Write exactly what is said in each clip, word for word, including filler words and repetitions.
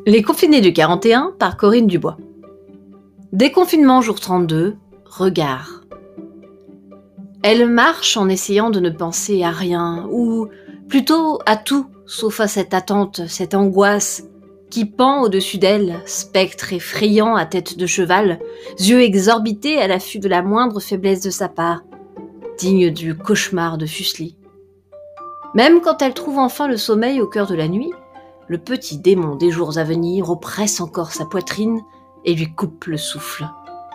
Les confinés du quarante et un par Corinne Dubois. Déconfinement jour trente-deux, regard. Elle marche en essayant de ne penser à rien, ou plutôt à tout, sauf à cette attente, cette angoisse qui pend au-dessus d'elle, spectre effrayant à tête de cheval, yeux exorbités à l'affût de la moindre faiblesse de sa part, digne du cauchemar de Fuseli. Même quand elle trouve enfin le sommeil au cœur de la nuit, le petit démon des jours à venir oppresse encore sa poitrine et lui coupe le souffle.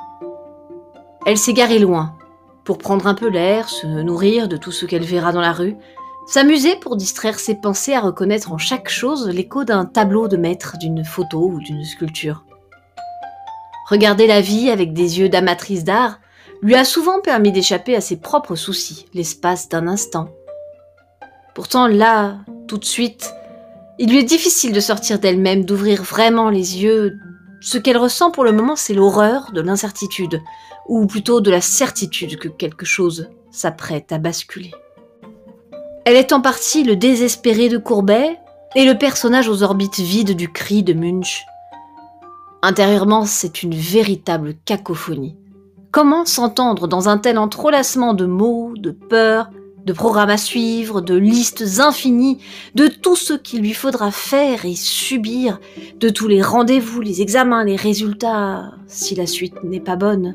Elle s'est garée loin, pour prendre un peu l'air, se nourrir de tout ce qu'elle verra dans la rue, s'amuser pour distraire ses pensées à reconnaître en chaque chose l'écho d'un tableau de maître, d'une photo ou d'une sculpture. Regarder la vie avec des yeux d'amatrice d'art lui a souvent permis d'échapper à ses propres soucis, l'espace d'un instant. Pourtant là, tout de suite, il lui est difficile de sortir d'elle-même, d'ouvrir vraiment les yeux. Ce qu'elle ressent pour le moment, c'est l'horreur de l'incertitude, ou plutôt de la certitude que quelque chose s'apprête à basculer. Elle est en partie le désespéré de Courbet et le personnage aux orbites vides du cri de Munch. Intérieurement, c'est une véritable cacophonie. Comment s'entendre dans un tel entrelacement de mots, de peurs, de programmes à suivre, de listes infinies, de tout ce qu'il lui faudra faire et subir, de tous les rendez-vous, les examens, les résultats, si la suite n'est pas bonne.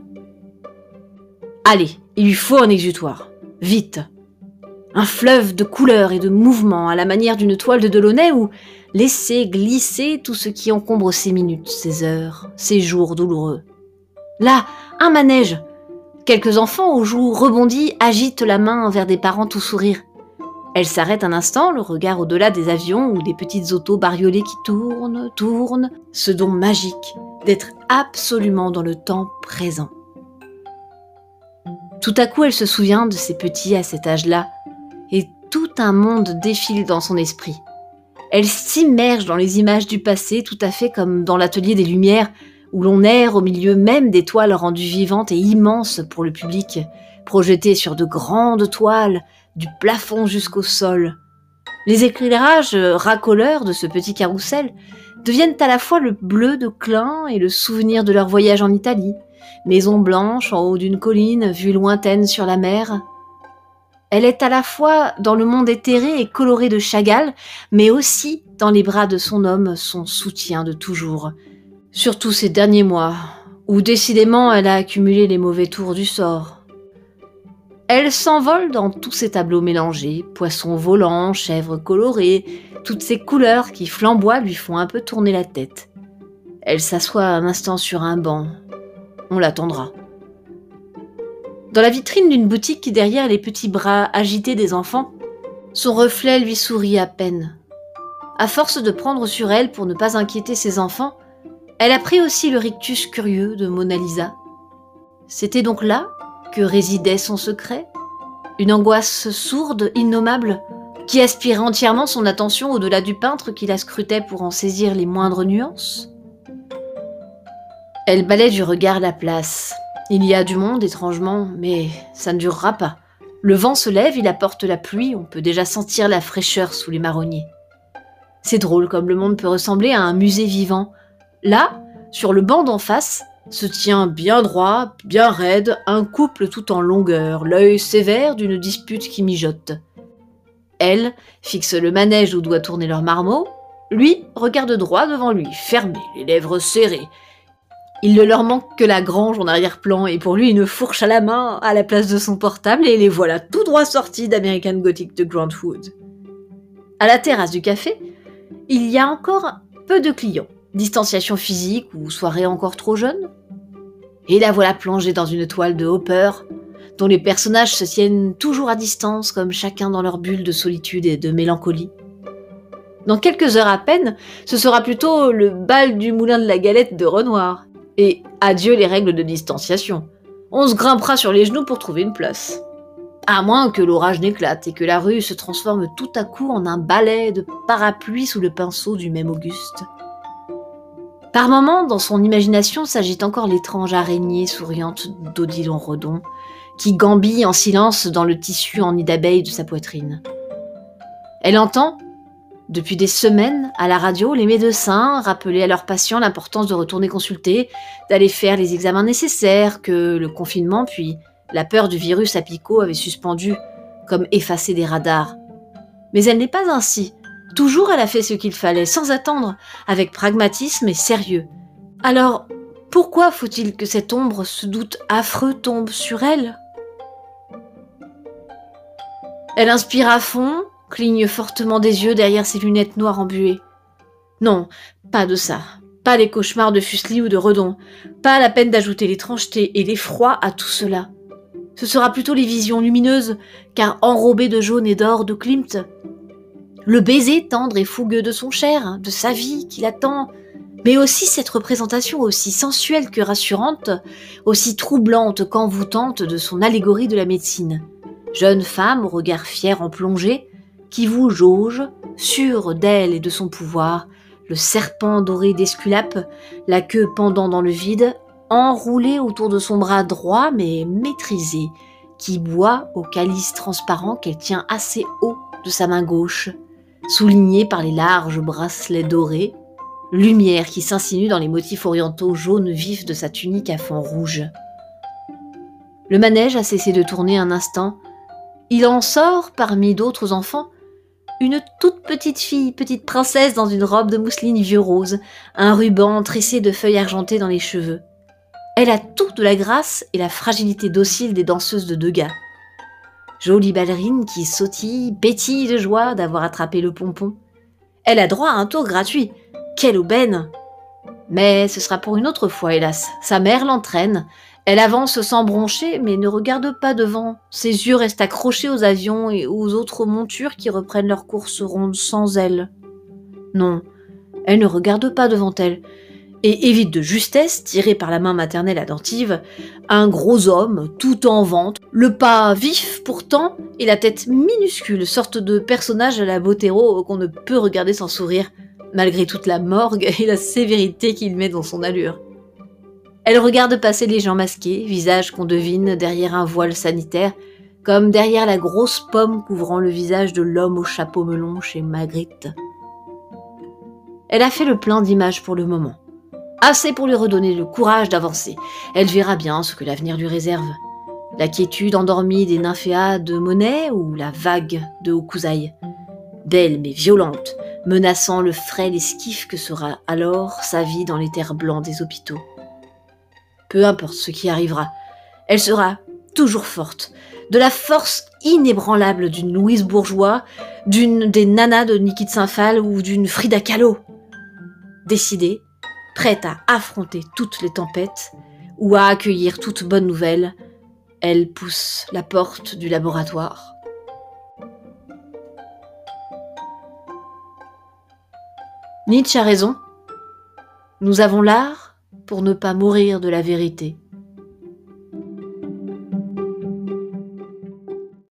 Allez, il lui faut un exutoire. Vite. Un fleuve de couleurs et de mouvements à la manière d'une toile de Delaunay où laisser glisser tout ce qui encombre ses minutes, ses heures, ses jours douloureux. Là, un manège. Quelques enfants aux joues rebondies agitent la main vers des parents tout sourire. Elle s'arrête un instant, le regard au-delà des avions ou des petites autos bariolées qui tournent, tournent, ce don magique d'être absolument dans le temps présent. Tout à coup, elle se souvient de ses petits à cet âge-là, et tout un monde défile dans son esprit. Elle s'immerge dans les images du passé, tout à fait comme dans l'atelier des Lumières, où l'on erre au milieu même des toiles rendues vivantes et immenses pour le public, projetées sur de grandes toiles, du plafond jusqu'au sol. Les éclairages racoleurs de ce petit carrousel deviennent à la fois le bleu de Klein et le souvenir de leur voyage en Italie, maison blanche en haut d'une colline, vue lointaine sur la mer. Elle est à la fois dans le monde éthéré et coloré de Chagall, mais aussi dans les bras de son homme, son soutien de toujours. Surtout ces derniers mois, où décidément elle a accumulé les mauvais tours du sort. Elle s'envole dans tous ces tableaux mélangés, poissons volants, chèvres colorées, toutes ces couleurs qui flamboient lui font un peu tourner la tête. Elle s'assoit un instant sur un banc. On l'attendra. Dans la vitrine d'une boutique derrière les petits bras agités des enfants, son reflet lui sourit à peine. À force de prendre sur elle pour ne pas inquiéter ses enfants, elle a pris aussi le rictus curieux de Mona Lisa. C'était donc là que résidait son secret, une angoisse sourde, innommable, qui aspirait entièrement son attention au-delà du peintre qui la scrutait pour en saisir les moindres nuances. Elle balaie du regard la place. Il y a du monde, étrangement, mais ça ne durera pas. Le vent se lève, il apporte la pluie, on peut déjà sentir la fraîcheur sous les marronniers. C'est drôle comme le monde peut ressembler à un musée vivant. Là, sur le banc d'en face, se tient bien droit, bien raide, un couple tout en longueur, l'œil sévère d'une dispute qui mijote. Elle fixe le manège où doit tourner leur marmot, lui regarde droit devant lui, fermé, les lèvres serrées. Il ne leur manque que la grange en arrière-plan et pour lui une fourche à la main à la place de son portable et les voilà tout droit sortis d'American Gothic de Grant Wood. À la terrasse du café, il y a encore peu de clients. Distanciation physique ou soirée encore trop jeune? Et la voilà plongée dans une toile de Hopper, dont les personnages se tiennent toujours à distance, comme chacun dans leur bulle de solitude et de mélancolie. Dans quelques heures à peine, ce sera plutôt le bal du moulin de la Galette de Renoir. Et adieu les règles de distanciation. On se grimpera sur les genoux pour trouver une place. À moins que l'orage n'éclate et que la rue se transforme tout à coup en un balai de parapluies sous le pinceau du même Auguste. Par moments, dans son imagination s'agite encore l'étrange araignée souriante d'Odilon Redon, qui gambille en silence dans le tissu en nid d'abeille de sa poitrine. Elle entend Depuis des semaines, à la radio, les médecins rappelaient à leurs patients l'importance de retourner consulter, d'aller faire les examens nécessaires, que le confinement puis la peur du virus à Pico avaient suspendu, comme effacé des radars. Mais elle n'est pas ainsi. Toujours elle a fait ce qu'il fallait, sans attendre, avec pragmatisme et sérieux. Alors, pourquoi faut-il que cette ombre, ce doute affreux tombe sur elle ? Elle inspire à fond, cligne fortement des yeux derrière ses lunettes noires embuées. Non, pas de ça. Pas les cauchemars de Fuseli ou de Redon. Pas la peine d'ajouter l'étrangeté et l'effroi à tout cela. Ce sera plutôt les visions lumineuses, car enrobées de jaune et d'or de Klimt. Le baiser tendre et fougueux de son cher, de sa vie qui l'attend, mais aussi cette représentation aussi sensuelle que rassurante, aussi troublante qu'envoûtante de son allégorie de la médecine. Jeune femme au regard fier en plongée, qui vous jauge, sûre d'elle et de son pouvoir, le serpent doré d'Esculape, la queue pendant dans le vide, enroulée autour de son bras droit mais maîtrisé, qui boit au calice transparent qu'elle tient assez haut de sa main gauche, souligné par les larges bracelets dorés, lumière qui s'insinue dans les motifs orientaux jaunes vifs de sa tunique à fond rouge. Le manège a cessé de tourner un instant. Il en sort, parmi d'autres enfants, une toute petite fille, petite princesse dans une robe de mousseline vieux rose, un ruban tressé de feuilles argentées dans les cheveux. Elle a tout de la grâce et la fragilité docile des danseuses de Degas. Jolie ballerine qui sautille, pétille de joie d'avoir attrapé le pompon. Elle a droit à un tour gratuit. Quelle aubaine! Mais ce sera pour une autre fois, hélas. Sa mère l'entraîne. Elle avance sans broncher, mais ne regarde pas devant. Ses yeux restent accrochés aux avions et aux autres montures qui reprennent leur course ronde sans elle. Non, elle ne regarde pas devant elle, et évite de justesse, tiré par la main maternelle attentive, un gros homme, tout en vente, le pas vif pourtant, et la tête minuscule, sorte de personnage à la Botero qu'on ne peut regarder sans sourire, malgré toute la morgue et la sévérité qu'il met dans son allure. Elle regarde passer les gens masqués, visages qu'on devine derrière un voile sanitaire, comme derrière la grosse pomme couvrant le visage de l'homme au chapeau melon chez Magritte. Elle a fait le plein d'images pour le moment. Assez pour lui redonner le courage d'avancer. Elle verra bien ce que l'avenir lui réserve. La quiétude endormie des nymphéas de Monet ou la vague de Hokusai. Belle mais violente, menaçant le frêle esquif que sera alors sa vie dans les terres blancs des hôpitaux. Peu importe ce qui arrivera, elle sera toujours forte, de la force inébranlable d'une Louise Bourgeois, d'une des nanas de Niki de Saint-Phal ou d'une Frida Kahlo. Décidée, prête à affronter toutes les tempêtes ou à accueillir toute bonne nouvelle, elle pousse la porte du laboratoire. Nietzsche a raison. Nous avons l'art pour ne pas mourir de la vérité.